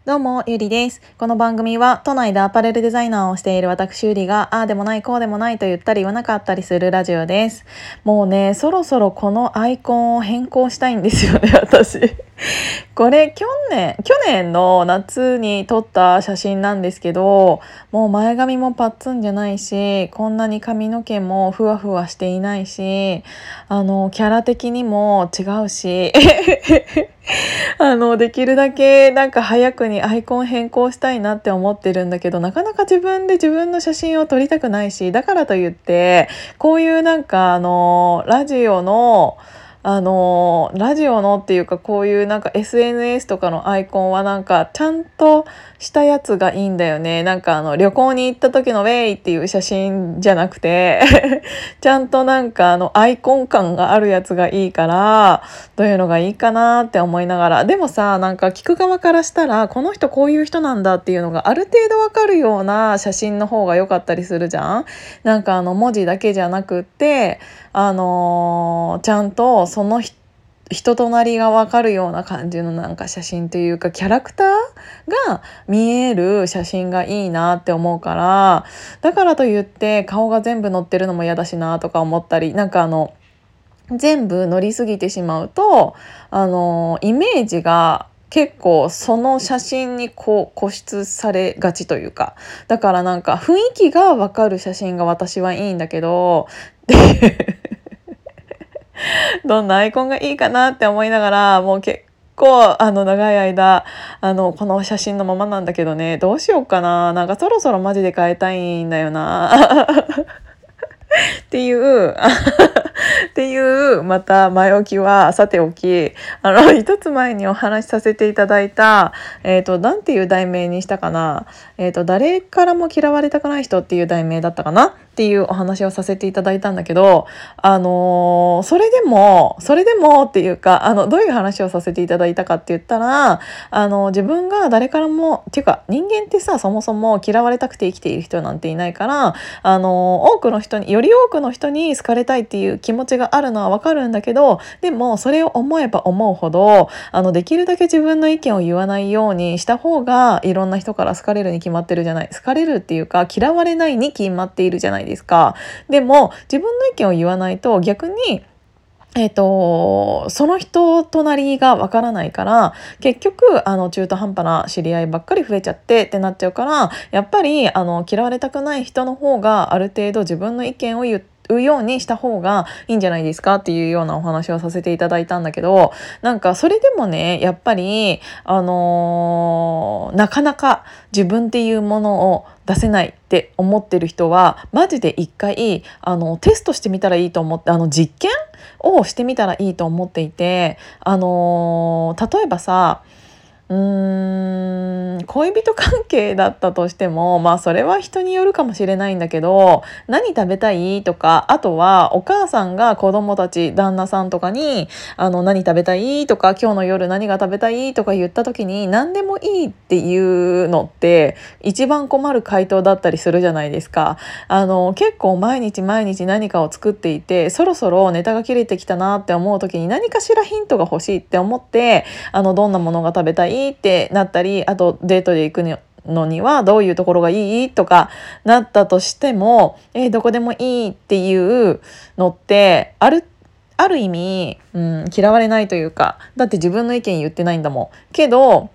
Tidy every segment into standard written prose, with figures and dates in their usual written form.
どうも、ゆりです。この番組は都内でアパレルデザイナーをしている私ゆりが、ああでもないこうでもないと言ったり言わなかったりするラジオです。もうね、そろそろこのアイコンを変更したいんですよね、私。これ去年の夏に撮った写真なんですけど、もう前髪もパッツンじゃないし、こんなに髪の毛もふわふわしていないし、キャラ的にも違うし、できるだけなんか早くにアイコン変更したいなって思ってるんだけど、なかなか自分で自分の写真を撮りたくないし、だからといってこういうなんかラジオのっていうか、こういうなんか SNS とかのアイコンはなんかちゃんとしたやつがいいんだよね。なんか旅行に行った時のウェイっていう写真じゃなくてちゃんとなんかアイコン感があるやつがいいから、どういうのがいいかなって思いながら、でもさ、なんか聞く側からしたらこの人こういう人なんだっていうのがある程度わかるような写真の方が良かったりするじゃん。なんか文字だけじゃなくって、ちゃんとその人となりが分かるような感じのなんか写真というか、キャラクターが見える写真がいいなって思うから、だからといって顔が全部載ってるのも嫌だしなとか思ったり、なんか全部乗りすぎてしまうとイメージが結構その写真にこう固執されがちというか、だからなんか雰囲気が分かる写真が私はいいんだけど、でどんなアイコンがいいかなって思いながら、もう結構長い間この写真のままなんだけどね、どうしようかな。なんかそろそろマジで変えたいんだよなっていうっていうまた前置きはさておき、一つ前にお話しさせていただいたなんていう題名にしたかな、誰からも嫌われたくない人っていう題名だったかなっていうお話をさせていただいたんだけど、それでもっていうか、どういう話をさせていただいたかって言ったら、自分が誰からもっていうか、人間ってさ、そもそも嫌われたくて生きている人なんていないから、より多くの人に好かれたいっていう気持ちがあるのはわかるんだけど、でもそれを思えば思うほどできるだけ自分の意見を言わないようにした方が、いろんな人から好かれるに決まってるじゃない、好かれるっていうか嫌われないに決まっているじゃないですか。でも自分の意見を言わないと逆にその人となりがわからないから、結局中途半端な知り合いばっかり増えちゃってなっちゃうから、やっぱり嫌われたくない人の方がある程度自分の意見を言うようにした方がいいんじゃないですかっていうようなお話をさせていただいたんだけど、なんかそれでもね、やっぱりなかなか自分っていうものを出せないって思ってる人は、マジで一回テストしてみたらいいと思って、実験をしてみたらいいと思っていて、例えばさ、恋人関係だったとしても、まあそれは人によるかもしれないんだけど、何食べたいとか、あとはお母さんが子供たち、旦那さんとかに何食べたいとか、今日の夜何が食べたいとか言った時に何でもいいっていうのって一番困る回答だったりするじゃないですか。結構毎日毎日何かを作っていて、そろそろネタが切れてきたなって思う時に何かしらヒントが欲しいって思って、どんなものが食べたいってなったり、あとデートで行くのにはどういうところがいいとかなったとしても、どこでもいいっていうのってある意味、嫌われないというか、だって自分の意見言ってないんだもん。けど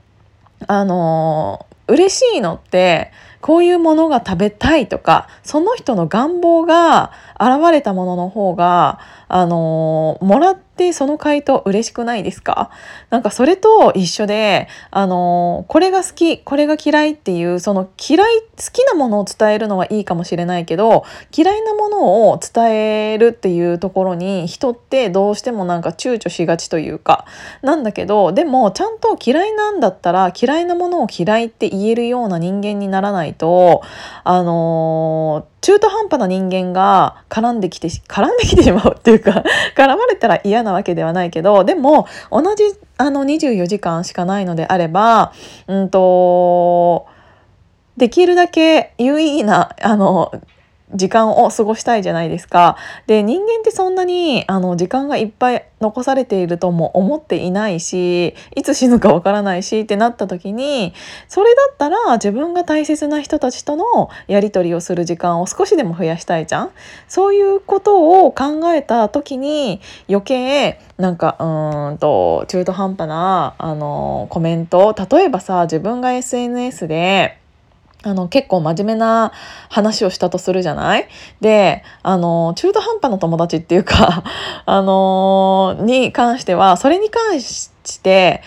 嬉しいのってこういうものが食べたいとか、その人の願望が現れたものの方がもらってその回答嬉しくないですか？なんかそれと一緒でこれが好きこれが嫌いっていう、その好きなものを伝えるのはいいかもしれないけど、嫌いなものを伝えるっていうところに人ってどうしてもなんか躊躇しがちというかなんだけど、でもちゃんと嫌いなんだったら嫌いなものを嫌いって言えるような人間にならないと、中途半端な人間が絡んできてしまうっていうか絡まれたら嫌なわけではないけど、でも同じ24時間しかないのであれば、できるだけ有意義な時間を過ごしたいじゃないですか。で、人間ってそんなに時間がいっぱい残されているとも思っていないし、いつ死ぬかわからないしってなった時に、それだったら自分が大切な人たちとのやり取りをする時間を少しでも増やしたいじゃん。そういうことを考えた時に余計なんか中途半端なコメント、例えばさ、自分が SNS で結構真面目な話をしたとするじゃない。で、中途半端な友達っていうかに関しては、それに関して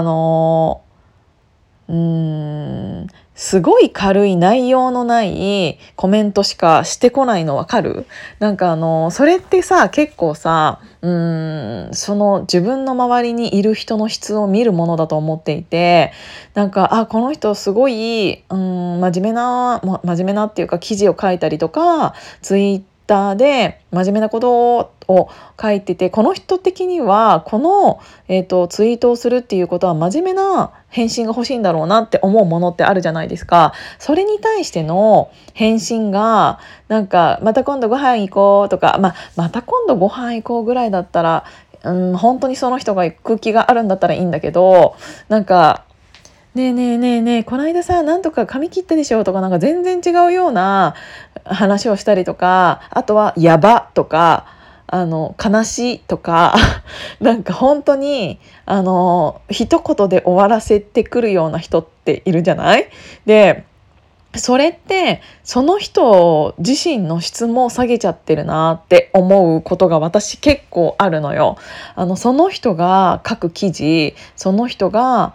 うーんすごい軽い内容のないコメントしかしてこないのわかる？なんかそれってさ、結構さ、その自分の周りにいる人の質を見るものだと思っていて、なんかこの人すごい真面目なっていうか記事を書いたりとか、ツイッターで真面目なことを書いてて、この人的にはこの、ツイートをするっていうことは真面目な返信が欲しいんだろうなって思うものってあるじゃないですか。それに対しての返信がなんかまた今度ご飯行こうとか、また今度ご飯行こうぐらいだったら、本当にその人が行く気があるんだったらいいんだけど、なんかねえねえねえねえ、この間さ、なんとか髪切ったでしょとか、なんか全然違うような話をしたりとか、あとはやばとか、悲しいとかなんか本当に一言で終わらせてくるような人っているじゃない。で、それってその人自身の質も下げちゃってるなって思うことが私結構あるのよ。その人が書く記事、その人が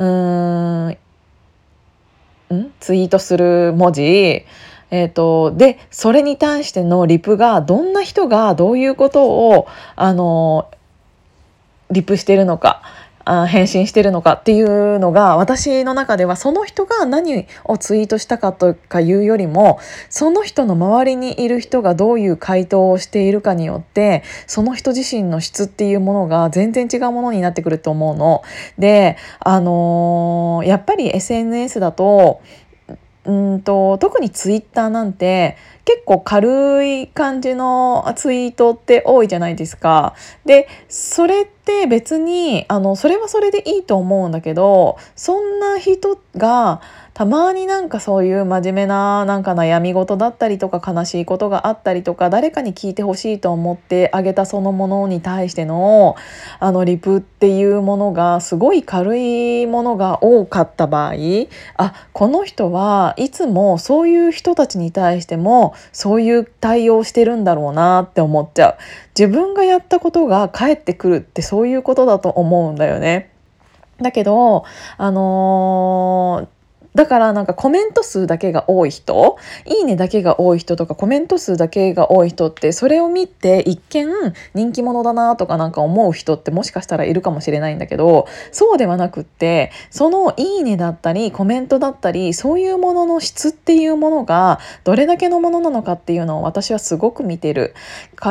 ツイートする文字、でそれに対してのリプがどんな人がどういうことをリプしてるのか、返信してるのかっていうのが、私の中ではその人が何をツイートしたかとかいうよりも、その人の周りにいる人がどういう回答をしているかによって、その人自身の質っていうものが全然違うものになってくると思うので、やっぱり SNS だと特にツイッターなんて結構軽い感じのツイートって多いじゃないですか。で、それって別にそれはそれでいいと思うんだけど、そんな人がたまになんかそういう真面目ななんか悩み事だったりとか悲しいことがあったりとか、誰かに聞いてほしいと思ってあげたそのものに対してのリプっていうものがすごい軽いものが多かった場合、この人はいつもそういう人たちに対してもそういう対応してるんだろうなって思っちゃう。自分がやったことが返ってくるってそういうことだと思うんだよね。だけど、だからなんかコメント数だけが多い人、いいねだけが多い人とかコメント数だけが多い人って、それを見て一見人気者だなとかなんか思う人ってもしかしたらいるかもしれないんだけど、そうではなくって、そのいいねだったりコメントだったり、そういうものの質っていうものがどれだけのものなのかっていうのを私はすごく見てるから、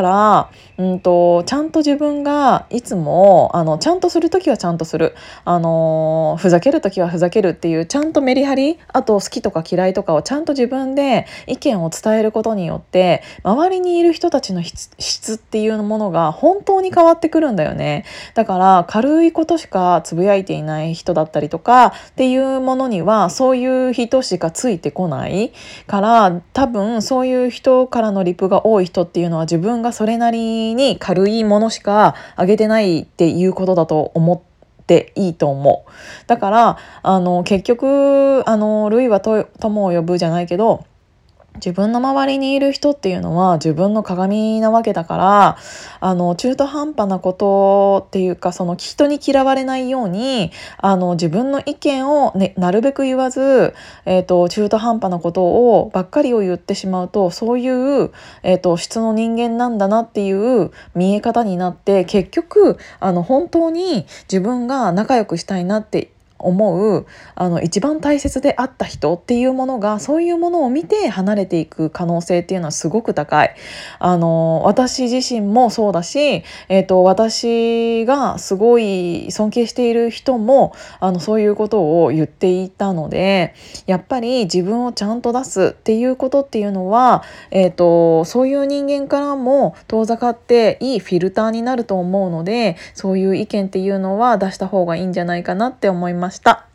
ちゃんと自分がいつもちゃんとするときはちゃんとする、ふざけるときはふざけるっていうちゃんとメリハリ、あと好きとか嫌いとかをちゃんと自分で意見を伝えることによって、周りにいる人たちの質っていうものが本当に変わってくるんだよね。だから軽いことしかつぶやいていない人だったりとかっていうものには、そういう人しかついてこないから、多分そういう人からのリプが多い人っていうのは、自分がそれなりに軽いものしか上げてないっていうことだと思っていいと思う。だから結局類は友を呼ぶじゃないけど、自分の周りにいる人っていうのは自分の鏡なわけだから、中途半端なことっていうか、その人に嫌われないように自分の意見を、なるべく言わず、中途半端なことをばっかりを言ってしまうと、そういう、質の人間なんだなっていう見え方になって、結局本当に自分が仲良くしたいなって思う一番大切であった人っていうものが、そういうものを見て離れていく可能性っていうのはすごく高い。私自身もそうだし、私がすごい尊敬している人もそういうことを言っていたので、やっぱり自分をちゃんと出すっていうことっていうのは、そういう人間からも遠ざかっていいフィルターになると思うので、そういう意見っていうのは出した方がいいんじゃないかなって思いました。